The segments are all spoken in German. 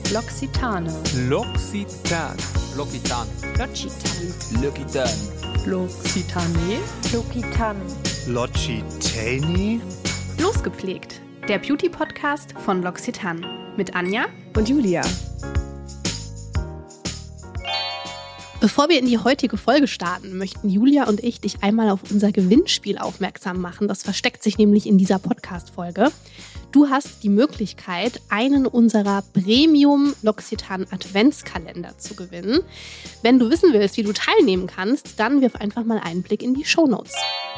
L'Occitane. L'Occitane. L'Occitane. L'Occitane. L'Occitane. L'Occitane. L'Occitanie. Losgepflegt, der Beauty-Podcast von L'Occitane mit Anja Und Julia. Bevor wir in die heutige Folge starten, möchten Julia und ich dich einmal auf unser Gewinnspiel aufmerksam machen. Das versteckt sich nämlich in dieser Podcast-Folge. Du hast die Möglichkeit, einen unserer Premium L'Occitane Adventskalender zu gewinnen. Wenn du wissen willst, wie du teilnehmen kannst, dann wirf einfach mal einen Blick in die Shownotes.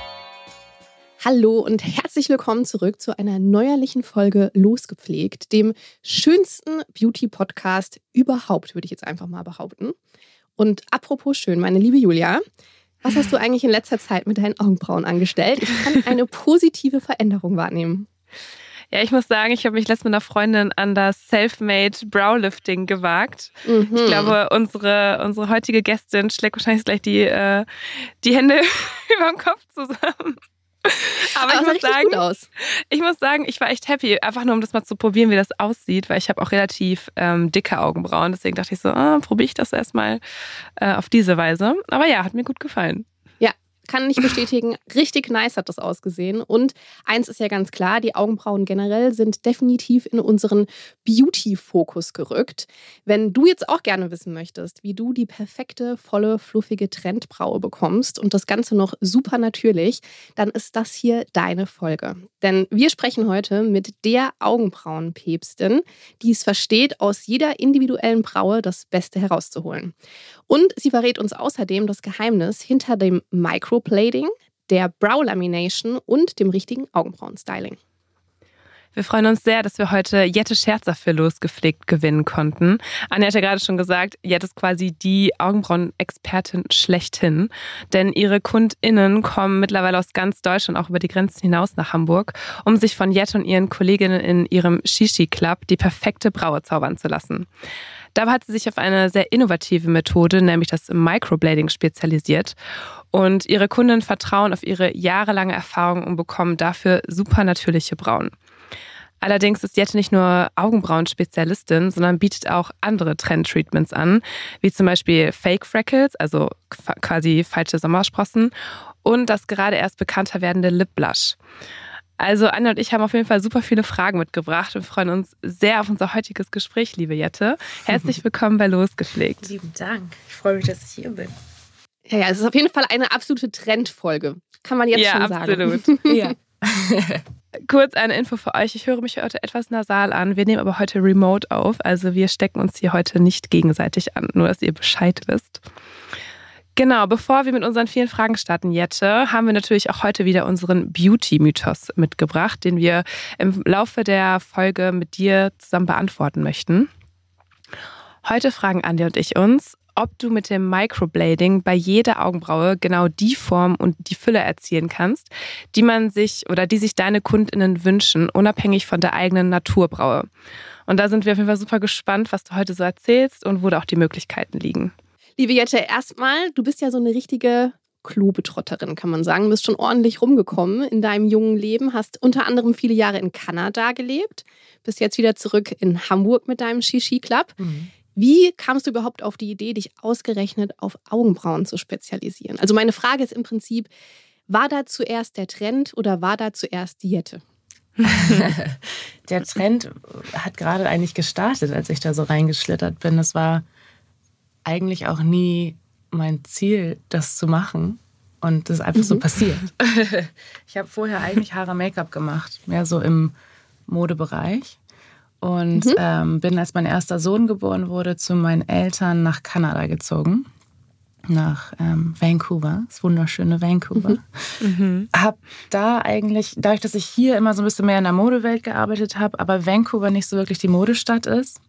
Hallo und herzlich willkommen zurück zu einer neuerlichen Folge Losgepflegt, dem schönsten Beauty-Podcast überhaupt, würde ich jetzt einfach mal behaupten. Und apropos schön, meine liebe Julia, was hast du eigentlich in letzter Zeit mit deinen Augenbrauen angestellt? Ich kann eine positive Veränderung wahrnehmen. Ja, ich muss sagen, ich habe mich letztens mit einer Freundin an das Selfmade Browlifting gewagt. Ich glaube, unsere heutige Gästin schlägt wahrscheinlich gleich die Hände über dem Kopf zusammen. Aber ich muss sagen, ich war echt happy, einfach nur um das mal zu probieren, wie das aussieht, weil ich habe auch relativ dicke Augenbrauen. Deswegen dachte ich so, probiere ich das erstmal auf diese Weise. Aber ja, hat mir gut gefallen. Ja, kann ich bestätigen, richtig nice hat das ausgesehen. Und eins ist ja ganz klar, die Augenbrauen generell sind definitiv in unseren Beauty-Fokus gerückt. Wenn du jetzt auch gerne wissen möchtest, wie du die perfekte, volle, fluffige Trendbraue bekommst und das Ganze noch super natürlich, dann ist das hier deine Folge. Denn wir sprechen heute mit der Augenbrauenpäpstin, die es versteht, aus jeder individuellen Braue das Beste herauszuholen. Und sie verrät uns außerdem das Geheimnis hinter dem Microblading, der Brow Lamination und dem richtigen Augenbrauenstyling. Wir freuen uns sehr, dass wir heute Jette Scherzer für Losgepflegt gewinnen konnten. Anja hat ja gerade schon gesagt, Jette ist quasi die Augenbrauen-Expertin schlechthin. Denn ihre KundInnen kommen mittlerweile aus ganz Deutschland, auch über die Grenzen hinaus nach Hamburg, um sich von Jette und ihren Kolleginnen in ihrem Shishi Club die perfekte Braue zaubern zu lassen. Dabei hat sie sich auf eine sehr innovative Methode, nämlich das Microblading, spezialisiert. Und ihre Kunden vertrauen auf ihre jahrelange Erfahrung und bekommen dafür super natürliche Brauen. Allerdings ist Jette nicht nur Augenbrauenspezialistin, sondern bietet auch andere Trend-Treatments an, wie zum Beispiel Fake Freckles, also quasi falsche Sommersprossen, und das gerade erst bekannter werdende Lip Blush. Also Anja und ich haben auf jeden Fall super viele Fragen mitgebracht und freuen uns sehr auf unser heutiges Gespräch, liebe Jette. Herzlich willkommen bei Losgepflegt. Lieben Dank. Ich freue mich, dass ich hier bin. Ja, es ist auf jeden Fall eine absolute Trendfolge. Kann man jetzt schon sagen. Ja, absolut. Ja. Kurz eine Info für euch. Ich höre mich heute etwas nasal an. Wir nehmen aber heute remote auf. Also wir stecken uns hier heute nicht gegenseitig an. Nur, dass ihr Bescheid wisst. Genau, bevor wir mit unseren vielen Fragen starten, Jette, haben wir natürlich auch heute wieder unseren Beauty-Mythos mitgebracht, den wir im Laufe der Folge mit dir zusammen beantworten möchten. Heute fragen Anja und ich uns, ob du mit dem Microblading bei jeder Augenbraue genau die Form und die Fülle erzielen kannst, die sich deine KundInnen wünschen, unabhängig von der eigenen Naturbraue. Und da sind wir auf jeden Fall super gespannt, was du heute so erzählst und wo da auch die Möglichkeiten liegen. Liebe Jette, erstmal, du bist ja so eine richtige Globetrotterin, kann man sagen. Du bist schon ordentlich rumgekommen in deinem jungen Leben, hast unter anderem viele Jahre in Kanada gelebt, bist jetzt wieder zurück in Hamburg mit deinem Shishi Club. Wie kamst du überhaupt auf die Idee, dich ausgerechnet auf Augenbrauen zu spezialisieren? Also meine Frage ist im Prinzip, war da zuerst der Trend oder war da zuerst die Jette? Der Trend hat gerade eigentlich gestartet, als ich da so reingeschlittert bin. Es war eigentlich auch nie mein Ziel, das zu machen. Und das ist einfach so passiert. Ich habe vorher eigentlich Haare Make-up gemacht, mehr so im Modebereich. Und bin, als mein erster Sohn geboren wurde, zu meinen Eltern nach Kanada gezogen. Nach Vancouver, das wunderschöne Vancouver. Hab da eigentlich, dadurch, dass ich hier immer so ein bisschen mehr in der Modewelt gearbeitet habe, aber Vancouver nicht so wirklich die Modestadt ist,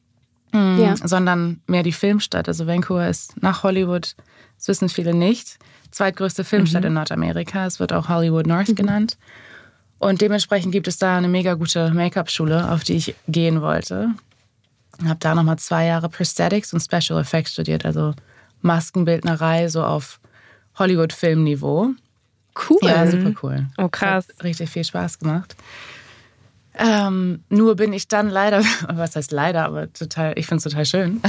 sondern mehr die Filmstadt. Also Vancouver ist nach Hollywood, das wissen viele nicht, zweitgrößte Filmstadt in Nordamerika. Es wird auch Hollywood North genannt. Und dementsprechend gibt es da eine mega gute Make-up-Schule, auf die ich gehen wollte. Habe da nochmal 2 Jahre Prosthetics und Special Effects studiert, also Maskenbildnerei so auf Hollywood-Filmniveau. Cool. Ja, super cool. Oh, krass. Hat richtig viel Spaß gemacht. Nur bin ich dann leider, was heißt leider, aber ich finde es total schön.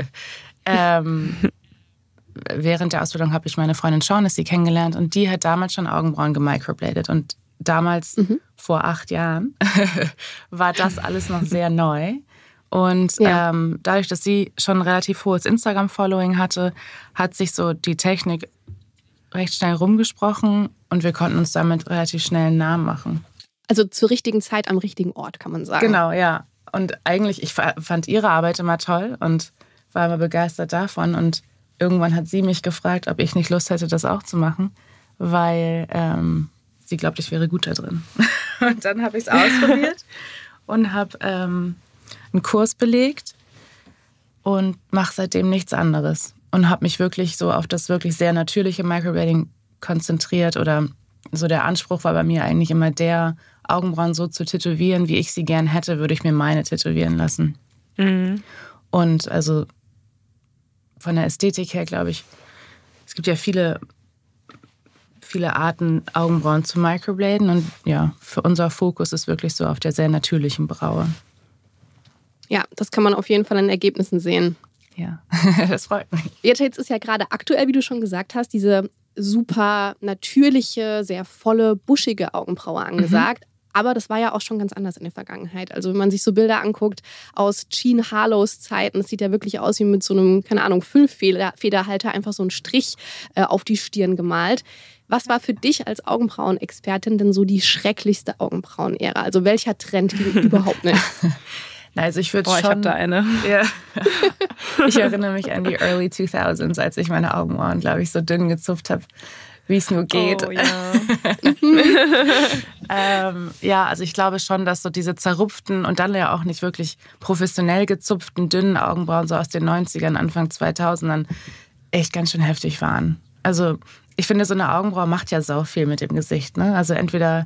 Während der Ausbildung habe ich meine Freundin Shaughnessy kennengelernt und die hat damals schon Augenbrauen gemicrobladed. Und damals, vor 8 Jahren, war das alles noch sehr neu. Und dadurch, dass sie schon ein relativ hohes Instagram-Following hatte, hat sich so die Technik recht schnell rumgesprochen und wir konnten uns damit relativ schnell einen Namen machen. Also zur richtigen Zeit am richtigen Ort, kann man sagen. Genau, ja. Und eigentlich, ich fand ihre Arbeit immer toll und war immer begeistert davon. Und irgendwann hat sie mich gefragt, ob ich nicht Lust hätte, das auch zu machen, weil sie glaubt, ich wäre gut da drin. Und dann habe ich es ausprobiert und habe einen Kurs belegt und mache seitdem nichts anderes. Und habe mich wirklich so auf das wirklich sehr natürliche Microblading konzentriert. Oder so der Anspruch war bei mir eigentlich immer der, Augenbrauen so zu tätowieren, wie ich sie gern hätte, würde ich mir meine tätowieren lassen. Mhm. Und also von der Ästhetik her, glaube ich, es gibt ja viele Arten, Augenbrauen zu microbladen. Und ja, für unser Fokus ist wirklich so auf der sehr natürlichen Braue. Ja, das kann man auf jeden Fall in Ergebnissen sehen. Ja, das freut mich. Jetzt ist ja gerade aktuell, wie du schon gesagt hast, diese super natürliche, sehr volle, buschige Augenbraue angesagt. Aber das war ja auch schon ganz anders in der Vergangenheit. Also wenn man sich so Bilder anguckt aus Jean Harlows Zeiten, das sieht ja wirklich aus wie mit so einem, keine Ahnung, Füllfederhalter, einfach so einen Strich auf die Stirn gemalt. Was war für dich als Augenbrauenexpertin denn so die schrecklichste Augenbrauen-Ära? Also welcher Trend ging überhaupt nicht? Also ich würde schon... ich habe da eine. Ja. Ich erinnere mich an die Early 2000s, als ich meine Augenbrauen, glaube ich, so dünn gezupft habe, wie es nur geht. Oh, ja. Ja, also ich glaube schon, dass so diese zerrupften und dann ja auch nicht wirklich professionell gezupften, dünnen Augenbrauen so aus den 90ern, Anfang 2000ern echt ganz schön heftig waren. Also ich finde, so eine Augenbraue macht ja sau viel mit dem Gesicht. Ne? Also entweder,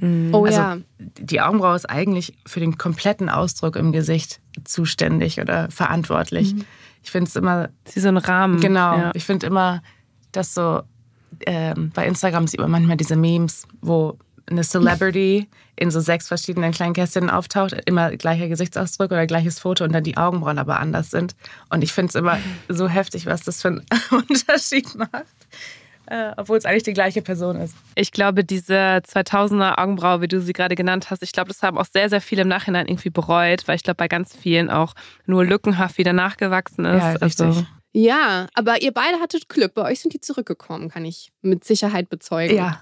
die Augenbraue ist eigentlich für den kompletten Ausdruck im Gesicht zuständig oder verantwortlich. Ich finde es immer... Sie ist so ein Rahmen. Genau. Ja. Ich finde immer, dass so bei Instagram sieht man manchmal diese Memes, wo eine Celebrity in so 6 verschiedenen kleinen Kästchen auftaucht, immer gleicher Gesichtsausdruck oder gleiches Foto und dann die Augenbrauen aber anders sind. Und ich finde es immer so heftig, was das für einen Unterschied macht. Obwohl es eigentlich die gleiche Person ist. Ich glaube, diese 2000er Augenbraue, wie du sie gerade genannt hast, ich glaube, das haben auch sehr, sehr viele im Nachhinein irgendwie bereut, weil ich glaube, bei ganz vielen auch nur lückenhaft wieder nachgewachsen ist. Ja, richtig. Also ja, aber ihr beide hattet Glück. Bei euch sind die zurückgekommen, kann ich mit Sicherheit bezeugen. Ja,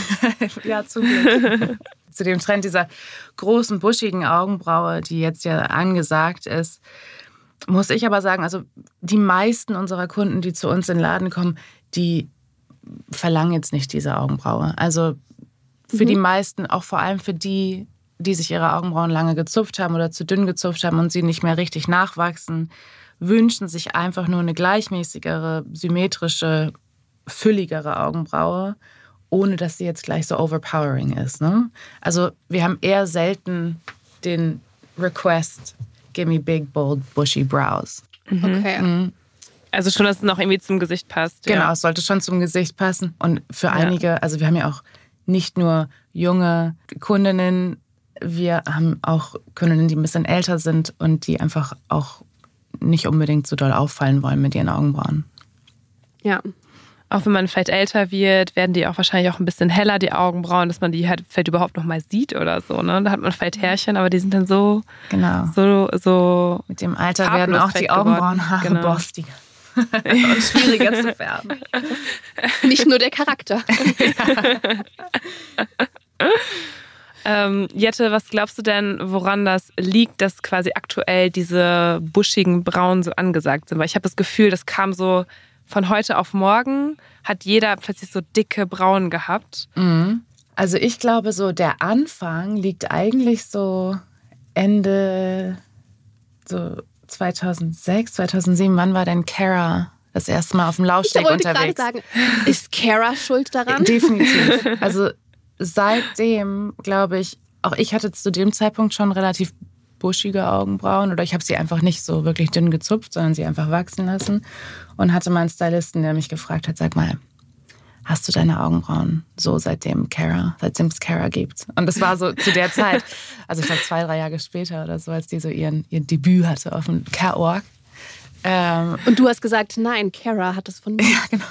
ja, zum Glück. Zu dem Trend dieser großen, buschigen Augenbraue, die jetzt ja angesagt ist, muss ich aber sagen, also die meisten unserer Kunden, die zu uns in den Laden kommen, die verlangen jetzt nicht diese Augenbraue. Also für die meisten, auch vor allem für die, die sich ihre Augenbrauen lange gezupft haben oder zu dünn gezupft haben und sie nicht mehr richtig nachwachsen, wünschen sich einfach nur eine gleichmäßigere, symmetrische, fülligere Augenbraue, ohne dass sie jetzt gleich so overpowering ist. Ne? Also wir haben eher selten den Request, give me big, bold, bushy brows. Okay. Also schon, dass es noch irgendwie zum Gesicht passt. Genau, ja. es sollte schon zum Gesicht passen. Und für einige, also wir haben ja auch nicht nur junge Kundinnen, wir haben auch Kundinnen, die ein bisschen älter sind und die einfach auch nicht unbedingt so doll auffallen wollen mit ihren Augenbrauen. Ja. Auch wenn man vielleicht älter wird, werden die auch wahrscheinlich auch ein bisschen heller, die Augenbrauen, dass man die halt vielleicht überhaupt noch mal sieht oder so. Ne? Da hat man vielleicht Härchen, aber die sind dann so... Genau. So mit dem Alter werden auch die Augenbrauenhaare borstiger. Und schwieriger zu färben. Nicht nur der Charakter. Jette, was glaubst du denn, woran das liegt, dass quasi aktuell diese buschigen Brauen so angesagt sind? Weil ich habe das Gefühl, das kam so von heute auf morgen, hat jeder plötzlich so dicke Brauen gehabt. Also ich glaube, so der Anfang liegt eigentlich so Ende so 2006, 2007. Wann war denn Cara das erste Mal auf dem Laufsteg unterwegs? Ich wollte gerade sagen, ist Cara schuld daran? Definitiv. Also seitdem, glaube ich, auch ich hatte zu dem Zeitpunkt schon relativ buschige Augenbrauen oder ich habe sie einfach nicht so wirklich dünn gezupft, sondern sie einfach wachsen lassen und hatte mal einen Stylisten, der mich gefragt hat, sag mal, hast du deine Augenbrauen so seitdem es Cara gibt? Und das war so zu der Zeit, also ich glaube 2-3 Jahre später oder so, als die so ihr Debüt hatte auf dem Catwalk. Und du hast gesagt, nein, Cara hat es von mir. Ja, genau.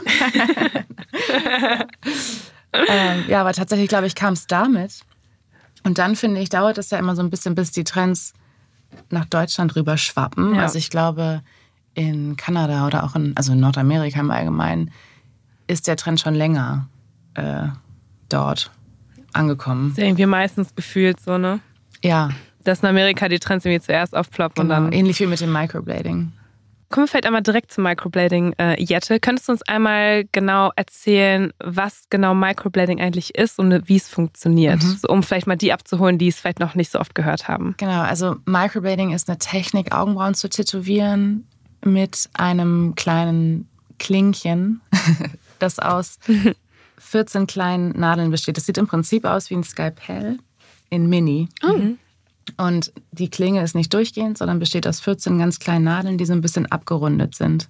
Ja, aber tatsächlich, glaube ich, kam es damit. Und dann, finde ich, dauert es ja immer so ein bisschen, bis die Trends nach Deutschland rüber schwappen. Ja. Also ich glaube, in Kanada oder auch in Nordamerika im Allgemeinen ist der Trend schon länger dort angekommen. Ist ja irgendwie meistens gefühlt so, ne? Ja. Dass in Amerika die Trends irgendwie zuerst aufploppen Genau. und dann... Ähnlich wie mit dem Microblading. Kommen wir vielleicht einmal direkt zum Microblading, Jette. Könntest du uns einmal genau erzählen, was genau Microblading eigentlich ist und wie es funktioniert? So, um vielleicht mal die abzuholen, die es vielleicht noch nicht so oft gehört haben. Genau, also Microblading ist eine Technik, Augenbrauen zu tätowieren mit einem kleinen Klingchen, das aus 14 kleinen Nadeln besteht. Das sieht im Prinzip aus wie ein Skalpell in Mini. Und die Klinge ist nicht durchgehend, sondern besteht aus 14 ganz kleinen Nadeln, die so ein bisschen abgerundet sind.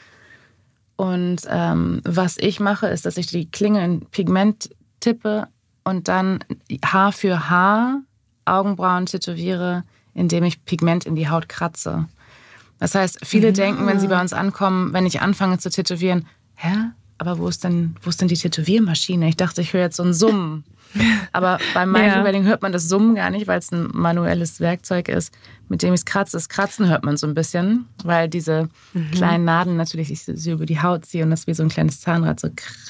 Und was ich mache, ist, dass ich die Klinge in Pigment tippe und dann Haar für Haar Augenbrauen tätowiere, indem ich Pigment in die Haut kratze. Das heißt, viele denken, wenn sie bei uns ankommen, wenn ich anfange zu tätowieren, aber wo ist denn die Tätowiermaschine? Ich dachte, ich höre jetzt so ein Summen. Aber beim Microblading hört man das Summen gar nicht, weil es ein manuelles Werkzeug ist, mit dem ich es kratze. Das Kratzen hört man so ein bisschen, weil diese kleinen Nadeln natürlich ich sie über die Haut ziehe und das wie so ein kleines Zahnrad so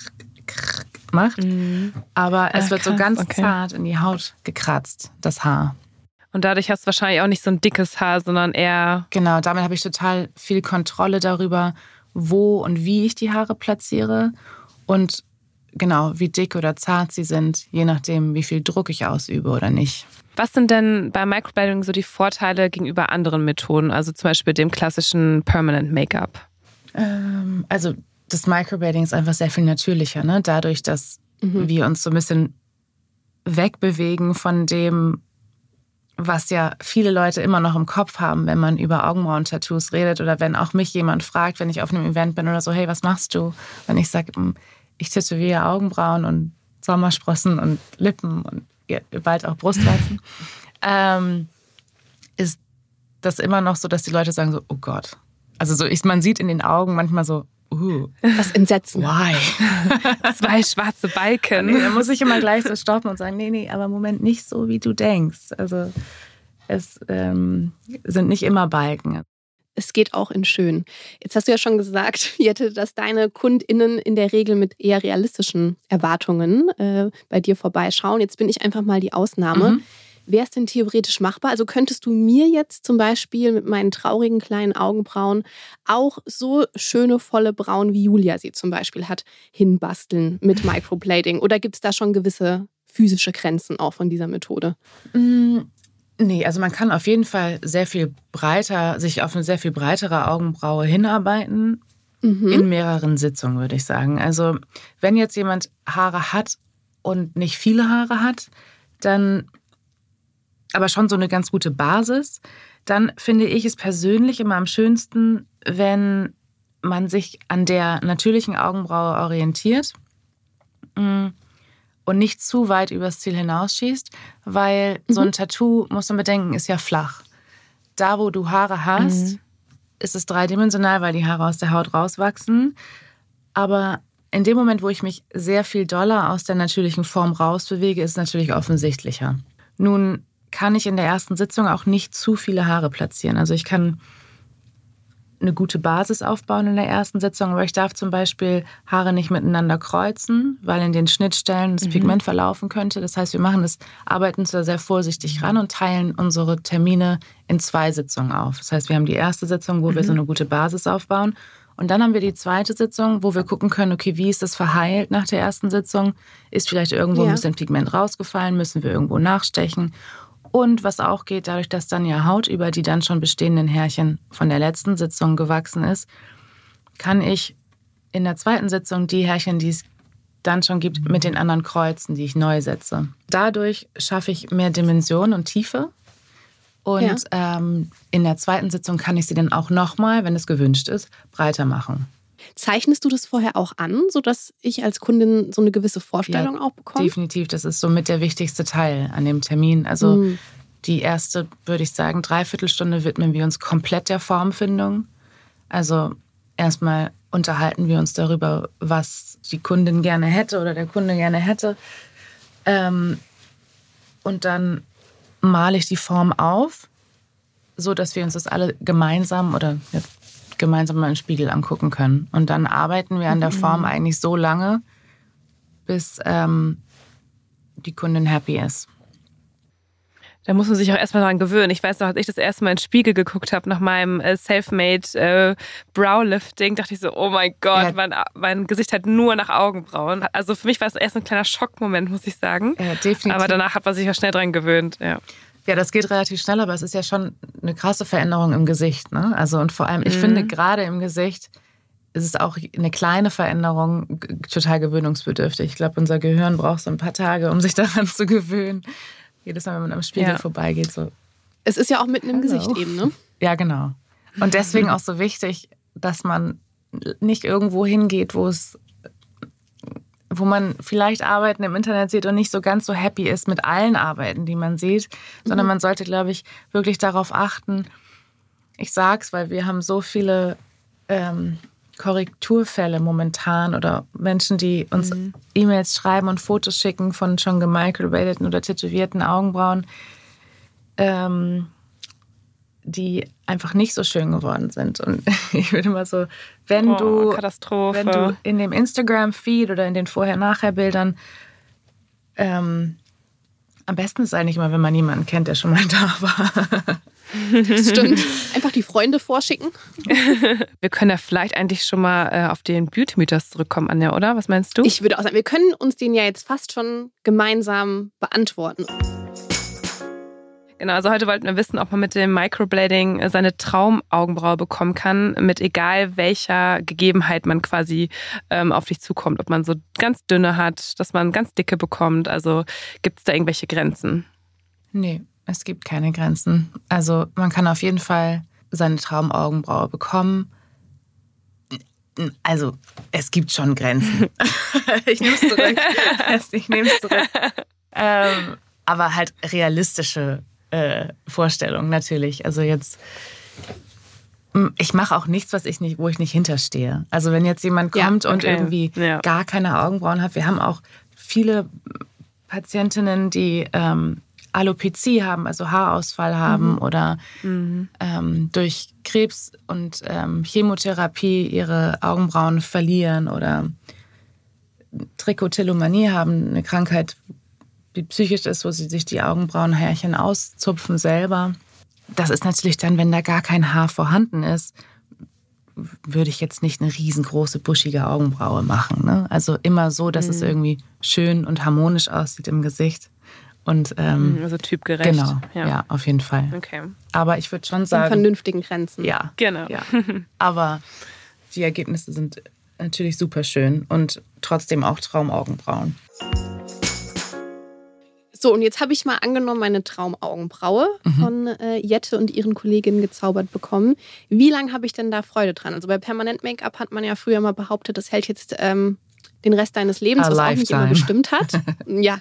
macht. Aber es wird so ganz zart in die Haut gekratzt, das Haar. Und dadurch hast du wahrscheinlich auch nicht so ein dickes Haar, sondern eher... Genau, damit habe ich total viel Kontrolle darüber, wo und wie ich die Haare platziere und genau, wie dick oder zart sie sind, je nachdem, wie viel Druck ich ausübe oder nicht. Was sind denn bei Microblading so die Vorteile gegenüber anderen Methoden, also zum Beispiel dem klassischen Permanent Make-up? Also das Microblading ist einfach sehr viel natürlicher, ne? Dadurch, dass wir uns so ein bisschen wegbewegen von dem, was ja viele Leute immer noch im Kopf haben, wenn man über Augenbrauen-Tattoos redet oder wenn auch mich jemand fragt, wenn ich auf einem Event bin oder so, hey, was machst du? Wenn ich sage, ich tätowiere Augenbrauen und Sommersprossen und Lippen und bald auch Brustwarzen, ist das immer noch so, dass die Leute sagen so, oh Gott. Also so, man sieht in den Augen manchmal so, das Entsetzen. Why? 2 schwarze Balken. Nee, da muss ich immer gleich so stoppen und sagen, nee, aber Moment, nicht so, wie du denkst. Also es sind nicht immer Balken. Es geht auch in schön. Jetzt hast du ja schon gesagt, Jette, dass deine KundInnen in der Regel mit eher realistischen Erwartungen bei dir vorbeischauen. Jetzt bin ich einfach mal die Ausnahme. Wäre es denn theoretisch machbar? Also könntest du mir jetzt zum Beispiel mit meinen traurigen kleinen Augenbrauen auch so schöne, volle Brauen, wie Julia sie zum Beispiel hat, hinbasteln mit Microblading? Oder gibt es da schon gewisse physische Grenzen auch von dieser Methode? Nee, also man kann auf jeden Fall sich auf eine sehr viel breitere Augenbraue hinarbeiten. In mehreren Sitzungen, würde ich sagen. Also wenn jetzt jemand Haare hat und nicht viele Haare hat, dann aber schon so eine ganz gute Basis, dann finde ich es persönlich immer am schönsten, wenn man sich an der natürlichen Augenbraue orientiert und nicht zu weit übers Ziel hinausschießt, weil so ein Tattoo, muss man bedenken, ist ja flach. Da, wo du Haare hast, ist es dreidimensional, weil die Haare aus der Haut rauswachsen. Aber in dem Moment, wo ich mich sehr viel doller aus der natürlichen Form rausbewege, ist es natürlich offensichtlicher. Nun kann ich in der ersten Sitzung auch nicht zu viele Haare platzieren. Also ich kann eine gute Basis aufbauen in der ersten Sitzung, aber ich darf zum Beispiel Haare nicht miteinander kreuzen, weil in den Schnittstellen das Pigment verlaufen könnte. Das heißt, wir arbeiten da sehr vorsichtig ran und teilen unsere Termine in 2 Sitzungen auf. Das heißt, wir haben die erste Sitzung, wo wir so eine gute Basis aufbauen. Und dann haben wir die zweite Sitzung, wo wir gucken können, okay, wie ist das verheilt nach der ersten Sitzung? Ist vielleicht irgendwo ein bisschen Pigment rausgefallen? Müssen wir irgendwo nachstechen? Und was auch geht, dadurch, dass dann ja Haut über die dann schon bestehenden Härchen von der letzten Sitzung gewachsen ist, kann ich in der zweiten Sitzung die Härchen, die es dann schon gibt, mit den anderen kreuzen, die ich neu setze. Dadurch schaffe ich mehr Dimension und Tiefe. Und in der zweiten Sitzung kann ich sie dann auch nochmal, wenn es gewünscht ist, breiter machen. Zeichnest du das vorher auch an, sodass ich als Kundin so eine gewisse Vorstellung auch bekomme? Definitiv, das ist somit der wichtigste Teil an dem Termin. Also die erste, würde ich sagen, 3/4 Stunde widmen wir uns komplett der Formfindung. Also erstmal unterhalten wir uns darüber, was die Kundin gerne hätte oder der Kunde gerne hätte. Und dann male ich die Form auf, so dass wir uns das alle gemeinsam mal im Spiegel angucken können. Und dann arbeiten wir an der Form eigentlich so lange, bis die Kundin happy ist. Da muss man sich auch erstmal daran gewöhnen. Ich weiß noch, als ich das erste Mal in den Spiegel geguckt habe nach meinem Selfmade Browlifting, dachte ich so, oh mein Gott, mein Gesicht hat nur nach Augenbrauen. Also für mich war es erst ein kleiner Schockmoment, muss ich sagen. Ja, definitiv. Aber danach hat man sich auch schnell dran gewöhnt. Ja, das geht relativ schnell, aber es ist ja schon eine krasse Veränderung im Gesicht, ne? Also und vor allem, ich finde gerade im Gesicht ist es auch eine kleine Veränderung total gewöhnungsbedürftig. Ich glaube, unser Gehirn braucht so ein paar Tage, um sich daran zu gewöhnen. Jedes Mal, wenn man am Spiegel vorbeigeht. So. Es ist ja auch mitten im Gesicht eben, ne? Ja, genau. Und deswegen auch so wichtig, dass man nicht irgendwo hingeht, wo man vielleicht Arbeiten im Internet sieht und nicht so ganz so happy ist mit allen Arbeiten, die man sieht, sondern man sollte, glaube ich, wirklich darauf achten. Ich sag's, weil wir haben so viele Korrekturfälle momentan oder Menschen, die uns E-Mails schreiben und Fotos schicken von schon gemicrobladeten oder tätowierten Augenbrauen, die einfach nicht so schön geworden sind. Und ich würde mal so, wenn du in dem Instagram-Feed oder in den Vorher-Nachher-Bildern, am besten ist es eigentlich immer, wenn man jemanden kennt, der schon mal da war. Das stimmt. Einfach die Freunde vorschicken. Wir können ja vielleicht eigentlich schon mal auf den Beauty-Mythos zurückkommen, Anja, oder? Was meinst du? Ich würde auch sagen, wir können uns den ja jetzt fast schon gemeinsam beantworten. Genau, also heute wollten wir wissen, ob man mit dem Microblading seine Traumaugenbraue bekommen kann, mit egal welcher Gegebenheit man quasi auf dich zukommt. Ob man so ganz dünne hat, dass man ganz dicke bekommt. Also gibt es da irgendwelche Grenzen? Nee, es gibt keine Grenzen. Also man kann auf jeden Fall seine Traumaugenbraue bekommen. Also es gibt schon Grenzen. Ich nehme es zurück. Aber halt realistische Vorstellung natürlich. Also jetzt, ich mache auch nichts, wo ich nicht hinterstehe. Also wenn jetzt jemand kommt und irgendwie gar keine Augenbrauen hat, wir haben auch viele Patientinnen, die Alopezie haben, also Haarausfall haben oder durch Krebs und Chemotherapie ihre Augenbrauen verlieren oder Trichotillomanie haben, eine Krankheit, die psychisch ist, wo sie sich die Augenbrauenhärchen auszupfen selber. Das ist natürlich dann, wenn da gar kein Haar vorhanden ist, würde ich jetzt nicht eine riesengroße, buschige Augenbraue machen. Ne? Also immer so, dass es irgendwie schön und harmonisch aussieht im Gesicht. Und, also typgerecht. Genau, ja, auf jeden Fall. Okay. Aber ich würde schon sagen... In vernünftigen Grenzen. Ja, genau. Ja. Aber die Ergebnisse sind natürlich super schön und trotzdem auch Traumaugenbrauen. So, und jetzt habe ich mal angenommen, meine Traumaugenbraue von Jette und ihren Kolleginnen gezaubert bekommen. Wie lange habe ich denn da Freude dran? Also bei Permanent-Make-up hat man ja früher mal behauptet, das hält jetzt den Rest deines Lebens, was auch nicht immer bestimmt hat. Ja.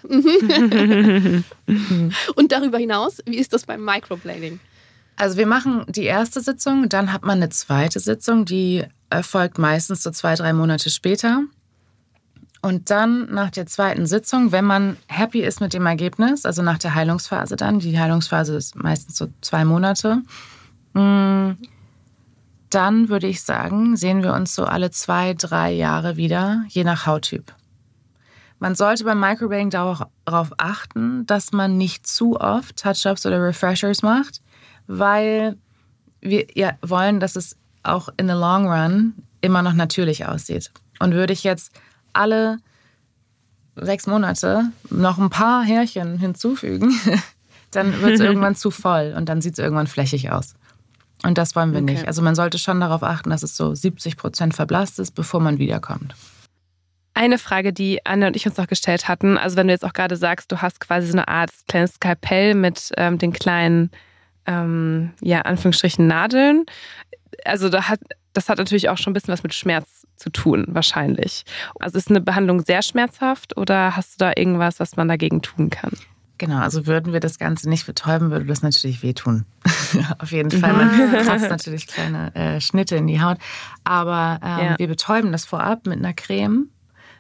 Und darüber hinaus, wie ist das beim Microblading? Also wir machen die erste Sitzung, dann hat man eine zweite Sitzung, die erfolgt meistens so 2-3 Monate später. Und dann nach der zweiten Sitzung, wenn man happy ist mit dem Ergebnis, also nach der Heilungsphase dann, die Heilungsphase ist meistens so 2 Monate, dann würde ich sagen, sehen wir uns so alle 2-3 Jahre wieder, je nach Hauttyp. Man sollte beim Microblading darauf achten, dass man nicht zu oft Touch-Ups oder Refreshers macht, weil wir ja wollen, dass es auch in the long run immer noch natürlich aussieht. Und würde ich jetzt alle 6 Monate noch ein paar Härchen hinzufügen, dann wird es irgendwann zu voll und dann sieht es irgendwann flächig aus. Und das wollen wir nicht. Also man sollte schon darauf achten, dass es so 70% verblasst ist, bevor man wiederkommt. Eine Frage, die Anne und ich uns noch gestellt hatten, also wenn du jetzt auch gerade sagst, du hast quasi so eine Art kleines Skalpell mit den kleinen, Anführungsstrichen Nadeln. Also das hat natürlich auch schon ein bisschen was mit Schmerz zu tun, wahrscheinlich. Also ist eine Behandlung sehr schmerzhaft oder hast du da irgendwas, was man dagegen tun kann? Genau, also würden wir das Ganze nicht betäuben, würde das natürlich wehtun. Auf jeden Fall. Man kratzt natürlich kleine Schnitte in die Haut. Aber wir betäuben das vorab mit einer Creme.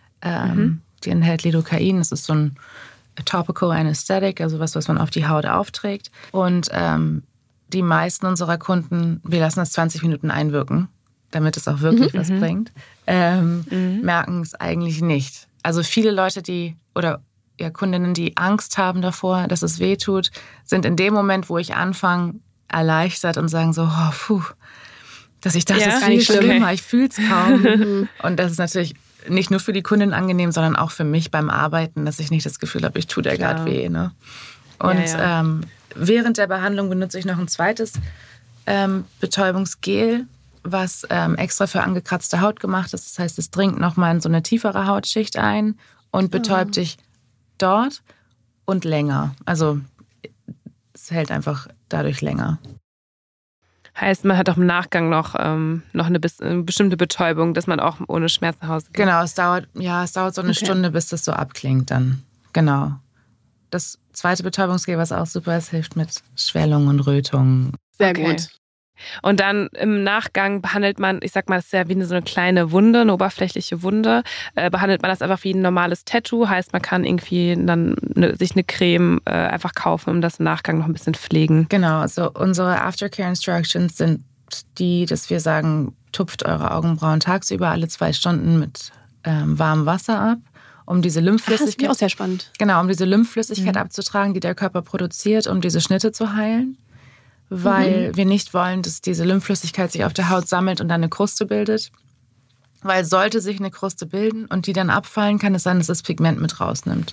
Die enthält Lidocain. Das ist so ein Topical Anesthetic, also was man auf die Haut aufträgt. Und die meisten unserer Kunden, wir lassen das 20 Minuten einwirken, damit es auch wirklich was bringt, merken es eigentlich nicht. Also viele Leute, Kundinnen, die Angst haben davor, dass es weh tut, sind in dem Moment, wo ich anfange, erleichtert und sagen so, dass ich dachte, das ist viel schlimmer, ich fühle es kaum. Und das ist natürlich nicht nur für die Kundin angenehm, sondern auch für mich beim Arbeiten, dass ich nicht das Gefühl habe, ich tue dir gerade weh. Ne? Und während der Behandlung benutze ich noch ein zweites Betäubungsgel, was extra für angekratzte Haut gemacht ist. Das heißt, es dringt nochmal in so eine tiefere Hautschicht ein und betäubt dich dort und länger. Also es hält einfach dadurch länger. Heißt, man hat auch im Nachgang noch eine bestimmte Betäubung, dass man auch ohne Schmerz nach Hause geht. Genau, es dauert so eine Stunde, bis das so abklingt dann. Genau. Das zweite Betäubungsgel, was auch super ist, hilft mit Schwellungen und Rötungen. Sehr gut. Und dann im Nachgang behandelt man, ich sag mal, das ist ja wie so eine kleine Wunde, eine oberflächliche Wunde, behandelt man das einfach wie ein normales Tattoo, heißt, man kann irgendwie dann sich eine Creme einfach kaufen, um das im Nachgang noch ein bisschen pflegen. Genau, also unsere Aftercare Instructions sind die, dass wir sagen, tupft eure Augenbrauen tagsüber alle 2 Stunden mit warmem Wasser ab, um diese Lymphflüssigkeit, das ist mir auch sehr spannend. Genau, um diese Lymphflüssigkeit abzutragen, die der Körper produziert, um diese Schnitte zu heilen. Weil wir nicht wollen, dass diese Lymphflüssigkeit sich auf der Haut sammelt und dann eine Kruste bildet. Weil sollte sich eine Kruste bilden und die dann abfallen, kann es sein, dass das Pigment mit rausnimmt.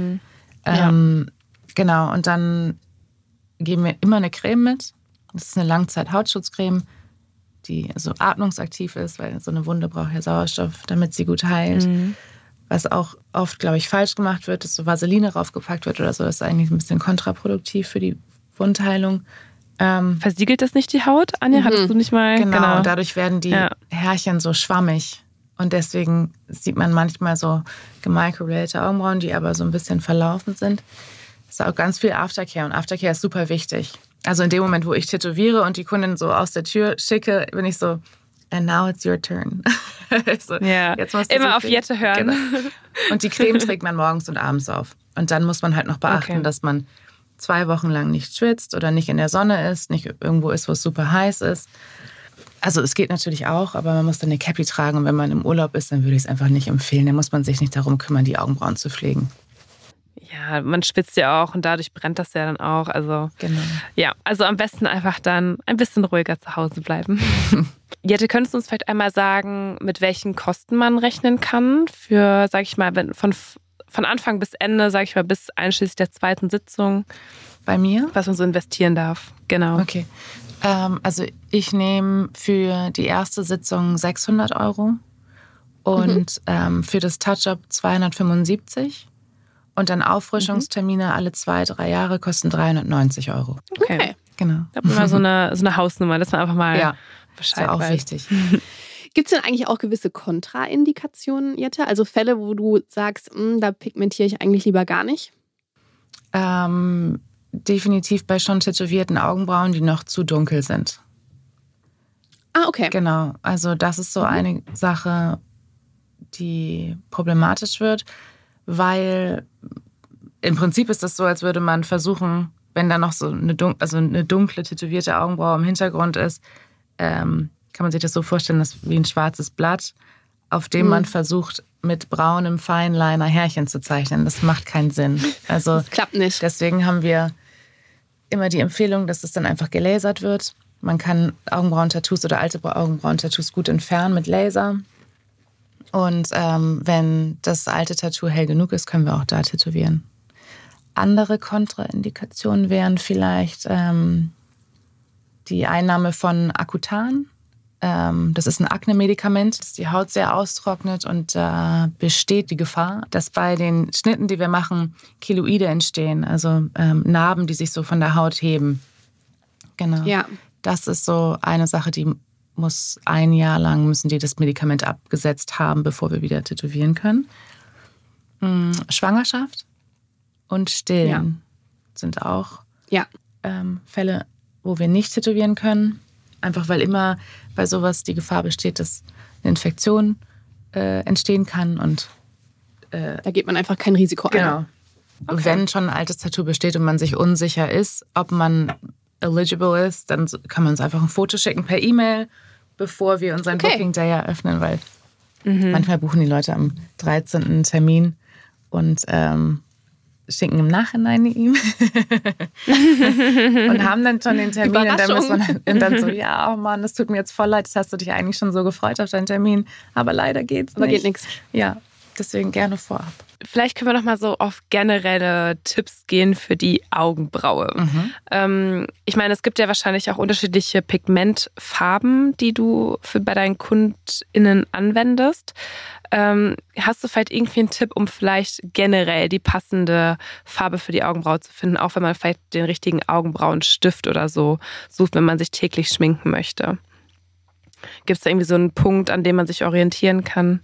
Genau, und dann geben wir immer eine Creme mit. Das ist eine Langzeit-Hautschutzcreme, die so atmungsaktiv ist, weil so eine Wunde braucht ja Sauerstoff, damit sie gut heilt. Was auch oft, glaube ich, falsch gemacht wird, dass so Vaseline raufgepackt wird oder so. Das ist eigentlich ein bisschen kontraproduktiv für die Wundheilung. Versiegelt das nicht die Haut, Anja? Hattest du nicht mal? Genau, dadurch werden die Härchen so schwammig. Und deswegen sieht man manchmal so gemicrobladierte Augenbrauen, die aber so ein bisschen verlaufen sind. Das ist auch ganz viel Aftercare und Aftercare ist super wichtig. Also in dem Moment, wo ich tätowiere und die Kundin so aus der Tür schicke, bin ich so, and now it's your turn. So, jetzt musst du immer auf Jette hören. Genau. Und die Creme trägt man morgens und abends auf. Und dann muss man halt noch beachten, dass man 2 Wochen lang nicht schwitzt oder nicht in der Sonne ist, nicht irgendwo ist, wo es super heiß ist. Also es geht natürlich auch, aber man muss dann eine Cappy tragen. Und wenn man im Urlaub ist, dann würde ich es einfach nicht empfehlen. Dann muss man sich nicht darum kümmern, die Augenbrauen zu pflegen. Ja, man schwitzt ja auch und dadurch brennt das ja dann auch. Also genau. Ja, also am besten einfach dann ein bisschen ruhiger zu Hause bleiben. Jette, könntest du uns vielleicht einmal sagen, mit welchen Kosten man rechnen kann für, sag ich mal, von Anfang bis Ende, sag ich mal, bis einschließlich der 2. Sitzung? Bei mir? Was man so investieren darf. Genau. Okay. Also ich nehme für die erste Sitzung 600 € und für das Touch-Up 275. Und dann Auffrischungstermine alle 2-3 Jahre kosten 390 €. Okay. Genau. Da haben wir so eine Hausnummer, dass man einfach mal Bescheid weiß. Ist auch weiß. wichtig. Gibt es denn eigentlich auch gewisse Kontraindikationen, Jette? Also Fälle, wo du sagst, da pigmentiere ich eigentlich lieber gar nicht? Definitiv bei schon tätowierten Augenbrauen, die noch zu dunkel sind. Ah, okay. Genau, also das ist so eine Sache, die problematisch wird, weil im Prinzip ist das so, als würde man versuchen, wenn da noch so eine dunkle tätowierte Augenbraue im Hintergrund ist, kann man sich das so vorstellen, dass wie ein schwarzes Blatt, auf dem man versucht, mit braunem Feinliner Härchen zu zeichnen. Das macht keinen Sinn. Also das klappt nicht. Deswegen haben wir immer die Empfehlung, dass es dann einfach gelasert wird. Man kann Augenbrauentattoos oder alte Augenbrauentattoos gut entfernen mit Laser. Und wenn das alte Tattoo hell genug ist, können wir auch da tätowieren. Andere Kontraindikationen wären vielleicht die Einnahme von Accutane. Das ist ein Akne-Medikament, das die Haut sehr austrocknet und da besteht die Gefahr, dass bei den Schnitten, die wir machen, Keloide entstehen, also Narben, die sich so von der Haut heben. Genau. Ja. Das ist so eine Sache, die muss 1 Jahr lang, müssen die das Medikament abgesetzt haben, bevor wir wieder tätowieren können. Schwangerschaft und Stillen sind auch Fälle, wo wir nicht tätowieren können. Einfach weil immer bei sowas die Gefahr besteht, dass eine Infektion entstehen kann. Und da geht man einfach kein Risiko ein. Genau. Okay. Wenn schon ein altes Tattoo besteht und man sich unsicher ist, ob man eligible ist, dann kann man uns einfach ein Foto schicken per E-Mail, bevor wir unseren Booking Day eröffnen, weil manchmal buchen die Leute am 13. Termin und schicken im Nachhinein eine E-Mail und haben dann schon den Termin und dann so, ja, oh Mann, das tut mir jetzt voll leid, das hast du dich eigentlich schon so gefreut auf deinen Termin, aber leider geht's nicht. Aber geht nichts. Ja, deswegen gerne vorab. Vielleicht können wir noch mal so auf generelle Tipps gehen für die Augenbraue. Ich meine, es gibt ja wahrscheinlich auch unterschiedliche Pigmentfarben, die du bei deinen KundInnen anwendest. Hast du vielleicht irgendwie einen Tipp, um vielleicht generell die passende Farbe für die Augenbraue zu finden, auch wenn man vielleicht den richtigen Augenbrauenstift oder so sucht, wenn man sich täglich schminken möchte? Gibt es da irgendwie so einen Punkt, an dem man sich orientieren kann?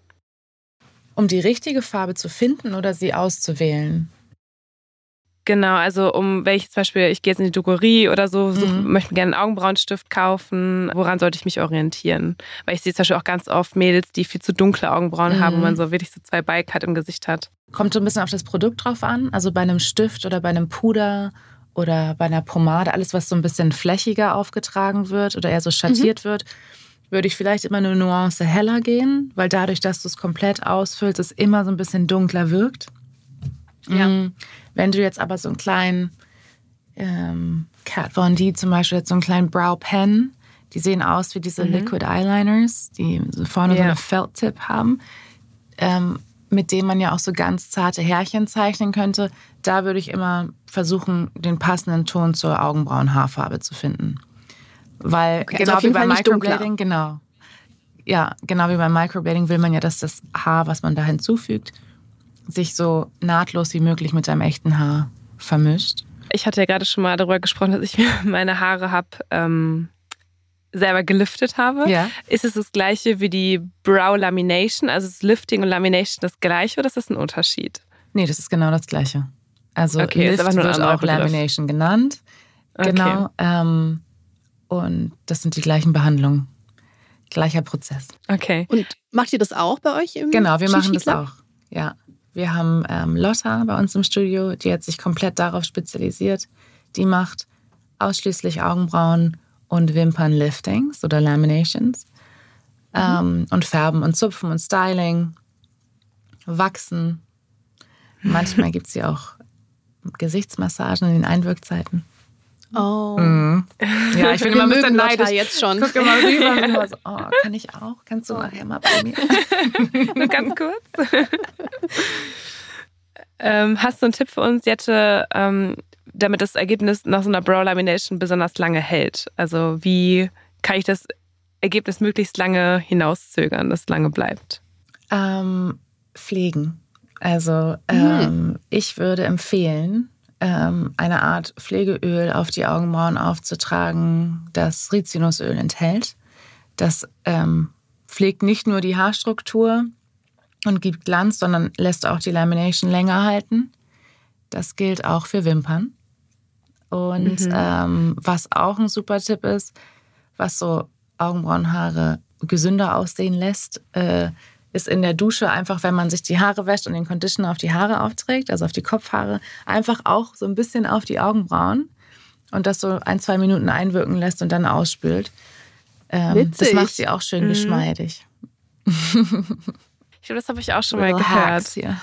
Um die richtige Farbe zu finden oder sie auszuwählen? Genau, also wenn ich zum Beispiel, ich gehe jetzt in die Drogerie oder so, möchte mir gerne einen Augenbrauenstift kaufen, woran sollte ich mich orientieren? Weil ich sehe zum Beispiel auch ganz oft Mädels, die viel zu dunkle Augenbrauen haben, wo man so wirklich so 2 Balken im Gesicht hat. Kommt so ein bisschen auf das Produkt drauf an, also bei einem Stift oder bei einem Puder oder bei einer Pomade, alles was so ein bisschen flächiger aufgetragen wird oder eher so schattiert wird, würde ich vielleicht immer eine Nuance heller gehen, weil dadurch, dass du es komplett ausfüllst, es immer so ein bisschen dunkler wirkt. Ja. Wenn du jetzt aber so einen kleinen Kat Von D zum Beispiel, jetzt so einen kleinen Brow Pen, die sehen aus wie diese Liquid Eyeliners, die so vorne so eine Felt-Tip haben, mit denen man ja auch so ganz zarte Härchen zeichnen könnte. Da würde ich immer versuchen, den passenden Ton zur Augenbrauen-Haarfarbe zu finden. Weil genau wie beim Microblading, genau wie beim Microblading will man ja, dass das Haar, was man da hinzufügt, sich so nahtlos wie möglich mit seinem echten Haar vermischt. Ich hatte ja gerade schon mal darüber gesprochen, dass ich mir meine Haare selber geliftet habe. Ja. Ist es das Gleiche wie die Brow Lamination? Also ist Lifting und Lamination das Gleiche oder ist das ein Unterschied? Nee, das ist genau das Gleiche. Also Lift wird auch Lamination genannt. Okay. Genau. Und das sind die gleichen Behandlungen. Gleicher Prozess. Okay. Und macht ihr das auch bei euch im Genau, wir machen das auch. Ja. Wir haben Lotta bei uns im Studio, die hat sich komplett darauf spezialisiert. Die macht ausschließlich Augenbrauen und Wimpernliftings oder Laminations. Und Färben und Zupfen und Styling, Wachsen. Manchmal gibt es ja auch Gesichtsmassagen in den Einwirkzeiten. Oh. Ja, ich bin immer ein bisschen neidisch. Jetzt schon. Guck immer rüber und immer so, kann ich auch? Kannst du nachher mal bei mir? Nur ganz kurz. Hast du einen Tipp für uns, Jette, damit das Ergebnis nach so einer Brow Lamination besonders lange hält? Also wie kann ich das Ergebnis möglichst lange hinauszögern, dass es lange bleibt? Pflegen. Also ich würde empfehlen, eine Art Pflegeöl auf die Augenbrauen aufzutragen, das Rizinusöl enthält. Das pflegt nicht nur die Haarstruktur und gibt Glanz, sondern lässt auch die Lamination länger halten. Das gilt auch für Wimpern. Und was auch ein super Tipp ist, was so Augenbrauenhaare gesünder aussehen lässt, ist in der Dusche einfach, wenn man sich die Haare wäscht und den Conditioner auf die Haare aufträgt, also auf die Kopfhaare, einfach auch so ein bisschen auf die Augenbrauen und das so 1-2 Minuten einwirken lässt und dann ausspült. Das macht sie auch schön geschmeidig. Ich glaube, das habe ich auch schon mal gehört. Ja.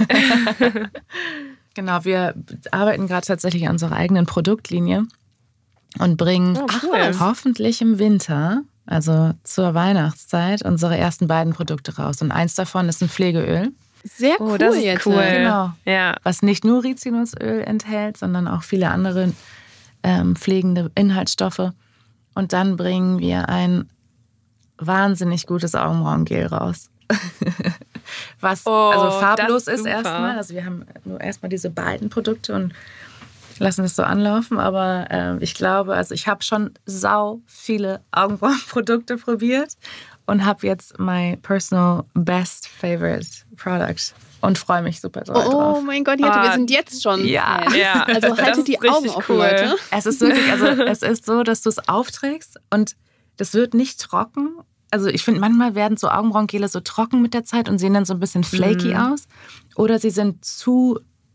Genau, wir arbeiten gerade tatsächlich an unserer eigenen Produktlinie und bringen hoffentlich im Winter, also zur Weihnachtszeit, unsere ersten beiden Produkte raus. Und eins davon ist ein Pflegeöl. Sehr cool. Das ist jetzt. cool. Genau. Ja. Was nicht nur Rizinusöl enthält, sondern auch viele andere pflegende Inhaltsstoffe. Und dann bringen wir ein wahnsinnig gutes Augenbrauengel raus. Was also farblos ist erstmal. Also wir haben nur erstmal diese beiden Produkte und lassen es so anlaufen, aber ich glaube, also ich habe schon sau viele Augenbrauenprodukte probiert und habe jetzt my personal best favorite product und freue mich super drauf. Oh mein Gott, Jette, wir sind jetzt schon Fans. Ja. Also haltet die Augen offen, Leute. Es ist wirklich, also es ist so, dass du es aufträgst und das wird nicht trocken. Also ich finde, manchmal werden so Augenbrauengele so trocken mit der Zeit und sehen dann so ein bisschen flaky aus. Oder sie sind zu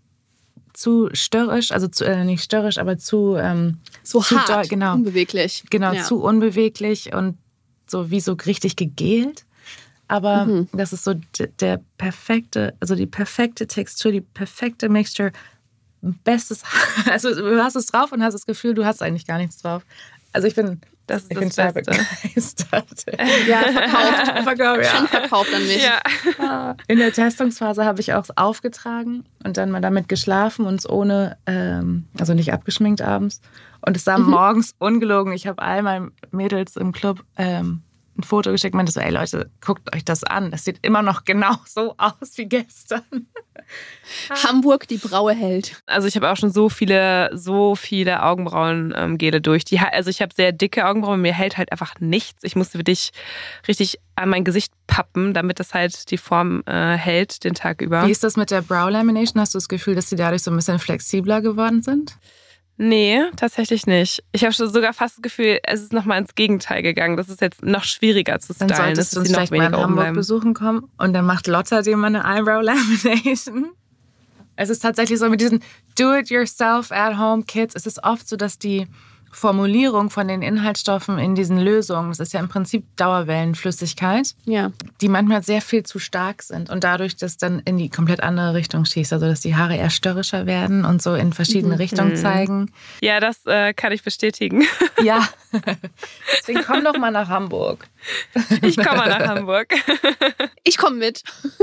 störrisch, also nicht störrisch, aber zu hart, genau. Unbeweglich. Genau, Ja. zu unbeweglich und so wie so richtig gegelt. Aber das ist so der perfekte, also die perfekte Textur, die perfekte Mixture. Bestes, also du hast es drauf und hast das Gefühl, du hast eigentlich gar nichts drauf. Also ich bin total begeistert. Ja, verkauft. Ja. Schon verkauft an mich. Ja. In der Testungsphase habe ich auch aufgetragen und dann mal damit geschlafen und ohne, also nicht abgeschminkt abends. Und es sah morgens ungelogen. Ich habe all meinen Mädels im Club ein Foto geschickt und meinte so, ey Leute, guckt euch das an. Das sieht immer noch genau so aus wie gestern. Hamburg, die Braue hält. Also ich habe auch schon so viele Augenbrauen-Gele durch. Also ich habe sehr dicke Augenbrauen, mir hält halt einfach nichts. Ich musste wirklich richtig an mein Gesicht pappen, damit das halt die Form hält den Tag über. Wie ist das mit der Brow Lamination? Hast du das Gefühl, dass die dadurch so ein bisschen flexibler geworden sind? Nee, tatsächlich nicht. Ich habe schon sogar fast das Gefühl, es ist nochmal ins Gegenteil gegangen. Das ist jetzt noch schwieriger zu stylen. Dann solltest du uns noch vielleicht mal in Hamburg besuchen kommen und dann macht Lotta dir mal eine Eyebrow Lamination. Es ist tatsächlich so mit diesen Do-it-yourself-at-home-Kits. Es ist oft so, dass die Formulierung von den Inhaltsstoffen in diesen Lösungen, das ist ja im Prinzip Dauerwellenflüssigkeit, Ja. die manchmal sehr viel zu stark sind und dadurch das dann in die komplett andere Richtung schießt. Also dass die Haare eher störrischer werden und so in verschiedene Richtungen zeigen. Ja, das kann ich bestätigen. Ja, deswegen komm doch mal nach Hamburg. Ich komme mal nach Hamburg. Ich komme mit.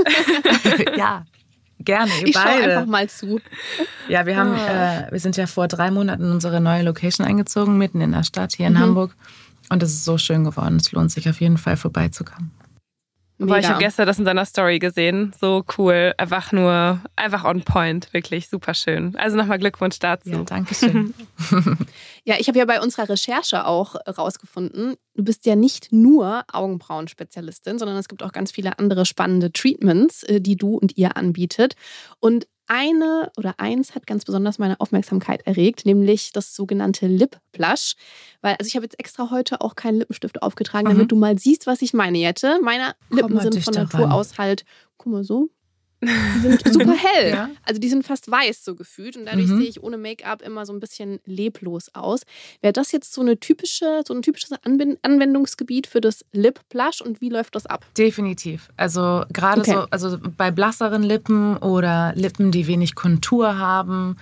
Ja, gerne, ihr Ich schaue beide. einfach mal zu. Ja, wir sind ja vor 3 Monaten in unsere neue Location eingezogen, mitten in der Stadt hier in Hamburg. Und es ist so schön geworden. Es lohnt sich auf jeden Fall vorbeizukommen. Boah, ich Mega. habe gestern das in deiner Story gesehen. So cool. Einfach on point. Wirklich super schön. Also nochmal Glückwunsch dazu. Ja, danke schön. Ja, ich habe ja bei unserer Recherche auch rausgefunden, du bist ja nicht nur Augenbrauenspezialistin, sondern es gibt auch ganz viele andere spannende Treatments, die du und ihr anbietet. Und eins hat ganz besonders meine Aufmerksamkeit erregt, nämlich das sogenannte Lip Blush. Weil, also ich habe jetzt extra heute auch keinen Lippenstift aufgetragen, damit du mal siehst, was ich meine, Jette. Meine Lippen mal sind dichter von Natur ran. aus halt, guck mal so, die sind super hell. Ja. Also die sind fast weiß so gefühlt und dadurch sehe ich ohne Make-up immer so ein bisschen leblos aus. Wäre das jetzt so ein typisches Anwendungsgebiet für das Lip Blush und wie läuft das ab? Definitiv. Also gerade so, also bei blasseren Lippen oder Lippen, die wenig Kontur haben,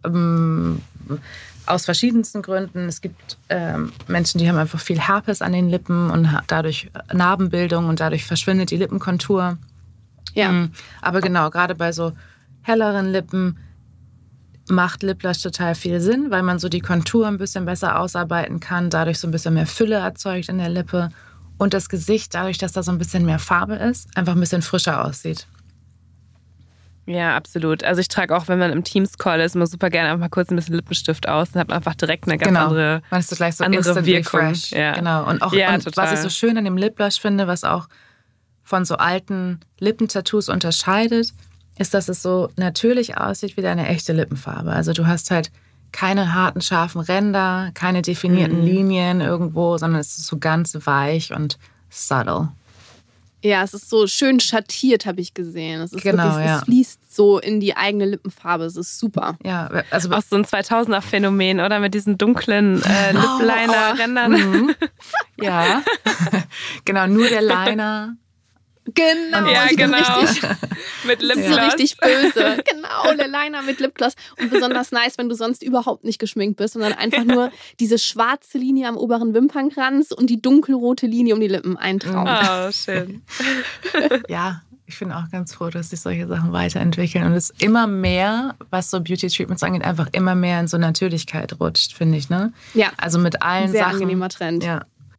aus verschiedensten Gründen. Es gibt Menschen, die haben einfach viel Herpes an den Lippen und dadurch Narbenbildung und dadurch verschwindet die Lippenkontur. Ja. Aber genau, gerade bei so helleren Lippen macht Lip Blush total viel Sinn, weil man so die Kontur ein bisschen besser ausarbeiten kann, dadurch so ein bisschen mehr Fülle erzeugt in der Lippe und das Gesicht, dadurch, dass da so ein bisschen mehr Farbe ist, einfach ein bisschen frischer aussieht. Ja, absolut. Also ich trage auch, wenn man im Teams-Call ist, immer super gerne einfach mal kurz ein bisschen Lippenstift aus und habe einfach direkt eine ganz andere Man ist so gleich so andere instantly Wirkung. fresh. Ja. Genau. Und auch Ja, und total. was ich so schön an dem Lip Blush finde, was auch von so alten Lippentattoos unterscheidet, ist, dass es so natürlich aussieht wie deine echte Lippenfarbe. Also du hast halt keine harten, scharfen Ränder, keine definierten Linien irgendwo, sondern es ist so ganz weich und subtle. Ja, es ist so schön schattiert, habe ich gesehen. Es ist Genau, wirklich, ja. es fließt so in die eigene Lippenfarbe. Es ist super. Ja, also Auch so ein 2000er-Phänomen, oder? Mit diesen dunklen Lip-Liner-Rändern. ja. Genau, nur der Liner. Genau, Ja, sieht genau. richtig, Mit so Lipgloss. richtig böse. Genau, der Liner mit Lipgloss. Und besonders nice, wenn du sonst überhaupt nicht geschminkt bist, sondern einfach nur diese schwarze Linie am oberen Wimpernkranz und die dunkelrote Linie um die Lippen. Ein Traum. Oh, schön. Ja, ich bin auch ganz froh, dass sich solche Sachen weiterentwickeln und es immer mehr, was so Beauty-Treatments angeht, einfach immer mehr in so Natürlichkeit rutscht, finde ich, ne? Ja, Also mit allen ein sehr Sachen. angenehmer Trend. Ja.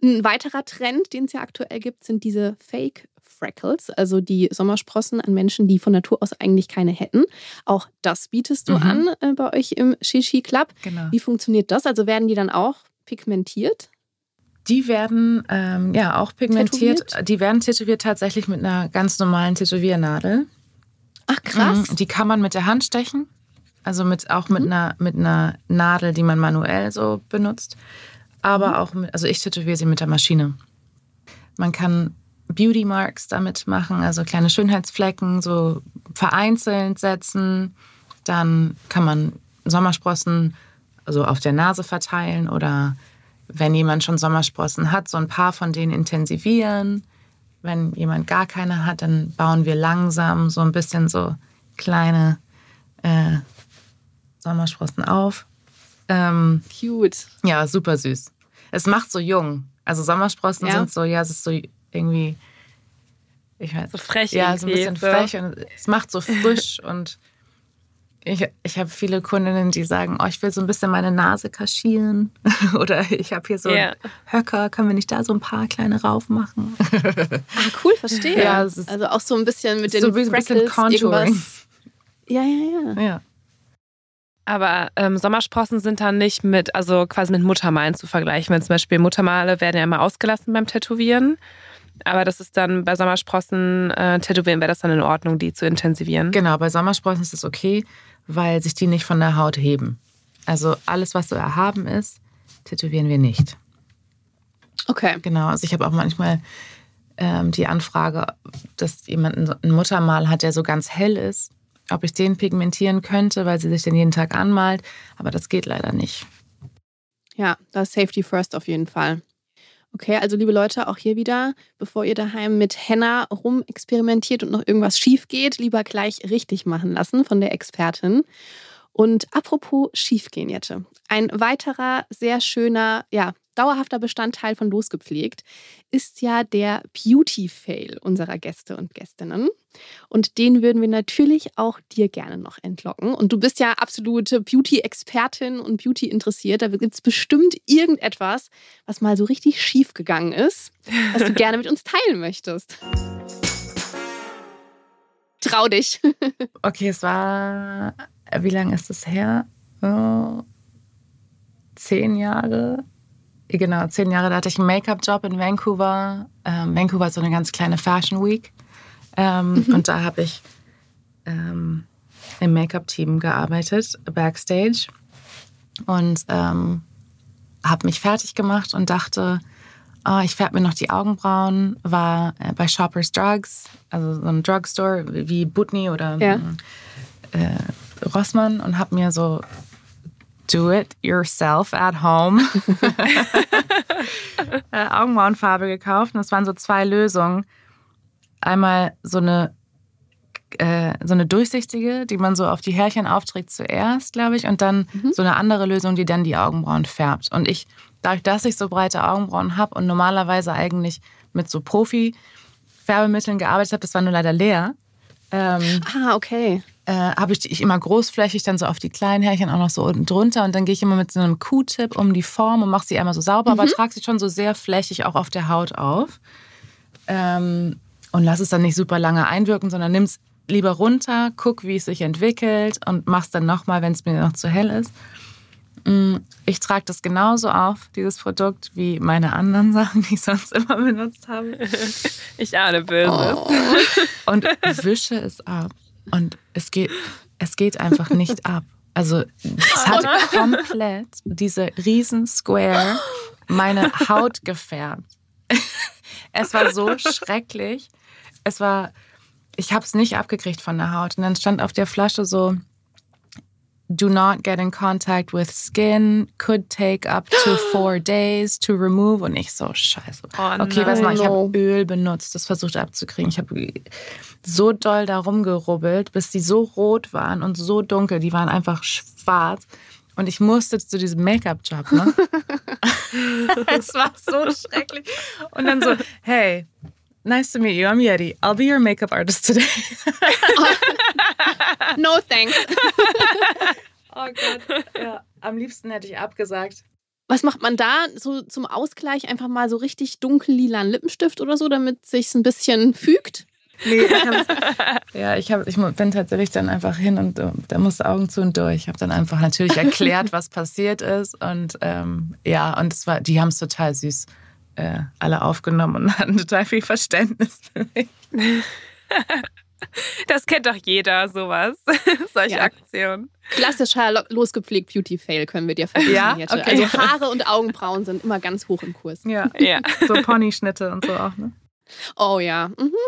Ein weiterer Trend, den es ja aktuell gibt, sind diese Fake Freckles, also die Sommersprossen an Menschen, die von Natur aus eigentlich keine hätten. Auch das bietest du an bei euch im Shishi Club. Genau. Wie funktioniert das? Also werden die dann auch pigmentiert? Die werden auch pigmentiert. Tätowiert? Die werden tätowiert tatsächlich mit einer ganz normalen Tätowiernadel. Ach krass. Die kann man mit der Hand stechen. Also mit einer Nadel, die man manuell so benutzt. Aber auch also ich tätowiere sie mit der Maschine. Man kann Beauty Marks damit machen, also kleine Schönheitsflecken, so vereinzelt setzen. Dann kann man Sommersprossen also auf der Nase verteilen oder wenn jemand schon Sommersprossen hat, so ein paar von denen intensivieren. Wenn jemand gar keine hat, dann bauen wir langsam so ein bisschen so kleine Sommersprossen auf. Cute. Ja, super süß. Es macht so jung. Also Sommersprossen sind so, es ist so irgendwie, ich weiß. So frech. Ja, so ein bisschen frech und es macht so frisch und ich habe viele Kundinnen, die sagen, ich will so ein bisschen meine Nase kaschieren oder ich habe hier so einen Höcker, können wir nicht da so ein paar kleine rauf machen? Cool, verstehe. Ja, also auch so ein bisschen mit den so ein Freckles, bisschen Contouring. irgendwas. Ja. Aber Sommersprossen sind dann nicht quasi mit Muttermalen zu vergleichen. Wenn zum Beispiel Muttermale werden ja immer ausgelassen beim Tätowieren. Aber das ist dann bei Sommersprossen tätowieren, wäre das dann in Ordnung, die zu intensivieren? Genau, bei Sommersprossen ist das okay, weil sich die nicht von der Haut heben. Also alles, was so erhaben ist, tätowieren wir nicht. Okay. Genau, also ich habe auch manchmal die Anfrage, dass jemand ein Muttermal hat, der so ganz hell ist, ob ich den pigmentieren könnte, weil sie sich den jeden Tag anmalt. Aber das geht leider nicht. Ja, da ist Safety first auf jeden Fall. Okay, also liebe Leute, auch hier wieder, bevor ihr daheim mit Henna rumexperimentiert und noch irgendwas schief geht, lieber gleich richtig machen lassen von der Expertin. Und apropos schiefgehen, Jette. Ein weiterer sehr schöner, dauerhafter Bestandteil von Losgepflegt ist ja der Beauty-Fail unserer Gäste und Gästinnen. Und den würden wir natürlich auch dir gerne noch entlocken. Und du bist ja absolute Beauty-Expertin und Beauty interessiert. Da gibt es bestimmt irgendetwas, was mal so richtig schief gegangen ist, was du gerne mit uns teilen möchtest. Trau dich. Okay, es war, wie lange ist das her? 10 Jahre. Genau, 10 Jahre, da hatte ich einen Make-up-Job in Vancouver. Vancouver ist so eine ganz kleine Fashion Week. Und da habe ich im Make-up-Team gearbeitet, Backstage. Und habe mich fertig gemacht und dachte, ich färbe mir noch die Augenbrauen. War bei Shoppers Drugs, also so ein Drugstore wie Butni oder Rossmann und habe mir so Do it yourself at home Augenbrauenfarbe gekauft. Und das waren so 2 Lösungen. Einmal so eine durchsichtige, die man so auf die Härchen aufträgt zuerst, glaube ich. Und dann so eine andere Lösung, die dann die Augenbrauen färbt. Und dadurch, dass ich so breite Augenbrauen habe und normalerweise eigentlich mit so Profi-Färbemitteln gearbeitet habe, das war nur leider leer. Okay. Habe ich die immer großflächig dann so auf die kleinen Härchen auch noch so unten drunter und dann gehe ich immer mit so einem Q-Tip um die Form und mache sie einmal so sauber, aber trage sie schon so sehr flächig auch auf der Haut auf und lass es dann nicht super lange einwirken, sondern nimm es lieber runter, guck, wie es sich entwickelt und mach es dann nochmal, wenn es mir noch zu hell ist. Ich trage das genauso auf, dieses Produkt, wie meine anderen Sachen, die ich sonst immer benutzt habe. Ich ahne Böses. Und wische es ab. Und es geht einfach nicht ab. Also es hat komplett diese riesen Square meine Haut gefärbt. Es war so schrecklich. Ich habe es nicht abgekriegt von der Haut. Und dann stand auf der Flasche so, do not get in contact with skin, could take up to 4 days to remove. Und ich so, scheiße. Okay, was mal, ich habe Öl benutzt, das versucht abzukriegen. Ich habe so doll da rumgerubbelt, bis die so rot waren und so dunkel. Die waren einfach schwarz. Und ich musste zu diesem Make-up-Job, ne? Es war so schrecklich. Und dann so, hey, nice to meet you, I'm Yeti. I'll be your makeup artist today. No thanks. Oh Gott, ja. Am liebsten hätte ich abgesagt. Was macht man da so zum Ausgleich? Einfach mal so richtig dunkel-lilan Lippenstift oder so, damit es sich ein bisschen fügt? Nee, ich bin tatsächlich dann einfach hin und da musste Augen zu und durch. Ich habe dann einfach natürlich erklärt, was passiert ist und und die haben es total süß alle aufgenommen und hatten total viel Verständnis für mich. Das kennt doch jeder, sowas. Solche Aktionen. Klassischer losgepflegt Beauty-Fail können wir dir verbieten, Jette. Okay. Also Haare und Augenbrauen sind immer ganz hoch im Kurs. Ja. So Ponyschnitte und so auch, ne? Oh ja.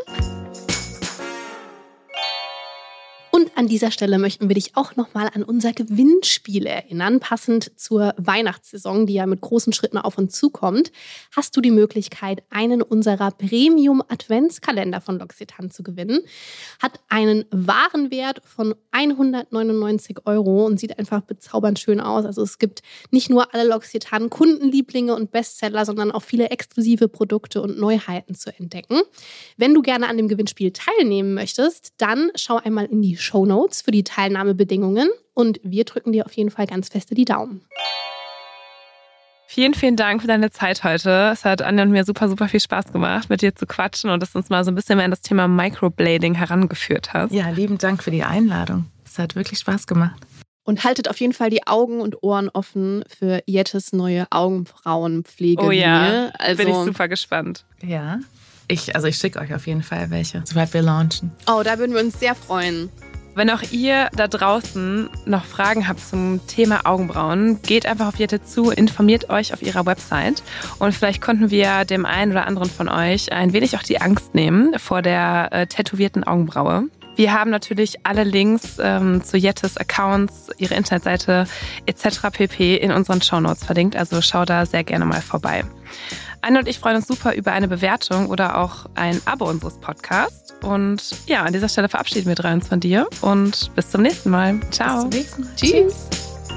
Und an dieser Stelle möchten wir dich auch nochmal an unser Gewinnspiel erinnern. Passend zur Weihnachtssaison, die ja mit großen Schritten auf uns zukommt, hast du die Möglichkeit, einen unserer Premium-Adventskalender von L'Occitane zu gewinnen. Hat einen Warenwert von 199 € und sieht einfach bezaubernd schön aus. Also es gibt nicht nur alle L'Occitane Kundenlieblinge und Bestseller, sondern auch viele exklusive Produkte und Neuheiten zu entdecken. Wenn du gerne an dem Gewinnspiel teilnehmen möchtest, dann schau einmal in die Shownotes für die Teilnahmebedingungen und wir drücken dir auf jeden Fall ganz feste die Daumen. Vielen, vielen Dank für deine Zeit heute. Es hat Anja und mir super, super viel Spaß gemacht, mit dir zu quatschen und dass du uns mal so ein bisschen mehr in das Thema Microblading herangeführt hast. Ja, lieben Dank für die Einladung. Es hat wirklich Spaß gemacht. Und haltet auf jeden Fall die Augen und Ohren offen für Jettes neue Augenbrauenpflege. Oh ja, also, bin ich super gespannt. Ja, ich schicke euch auf jeden Fall welche, sobald wir launchen. Oh, da würden wir uns sehr freuen. Wenn auch ihr da draußen noch Fragen habt zum Thema Augenbrauen, geht einfach auf Jette zu, informiert euch auf ihrer Website und vielleicht konnten wir dem einen oder anderen von euch ein wenig auch die Angst nehmen vor der tätowierten Augenbraue. Wir haben natürlich alle Links zu Jettes Accounts, ihre Internetseite etc. pp. In unseren Shownotes verlinkt, also schau da sehr gerne mal vorbei. Anne und ich freuen uns super über eine Bewertung oder auch ein Abo unseres Podcasts. Und ja, an dieser Stelle verabschieden wir uns von dir und bis zum nächsten Mal. Ciao. Bis zum nächsten Mal. Tschüss.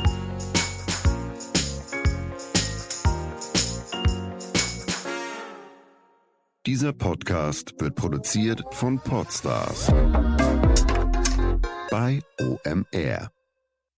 Dieser Podcast wird produziert von Podstars bei OMR.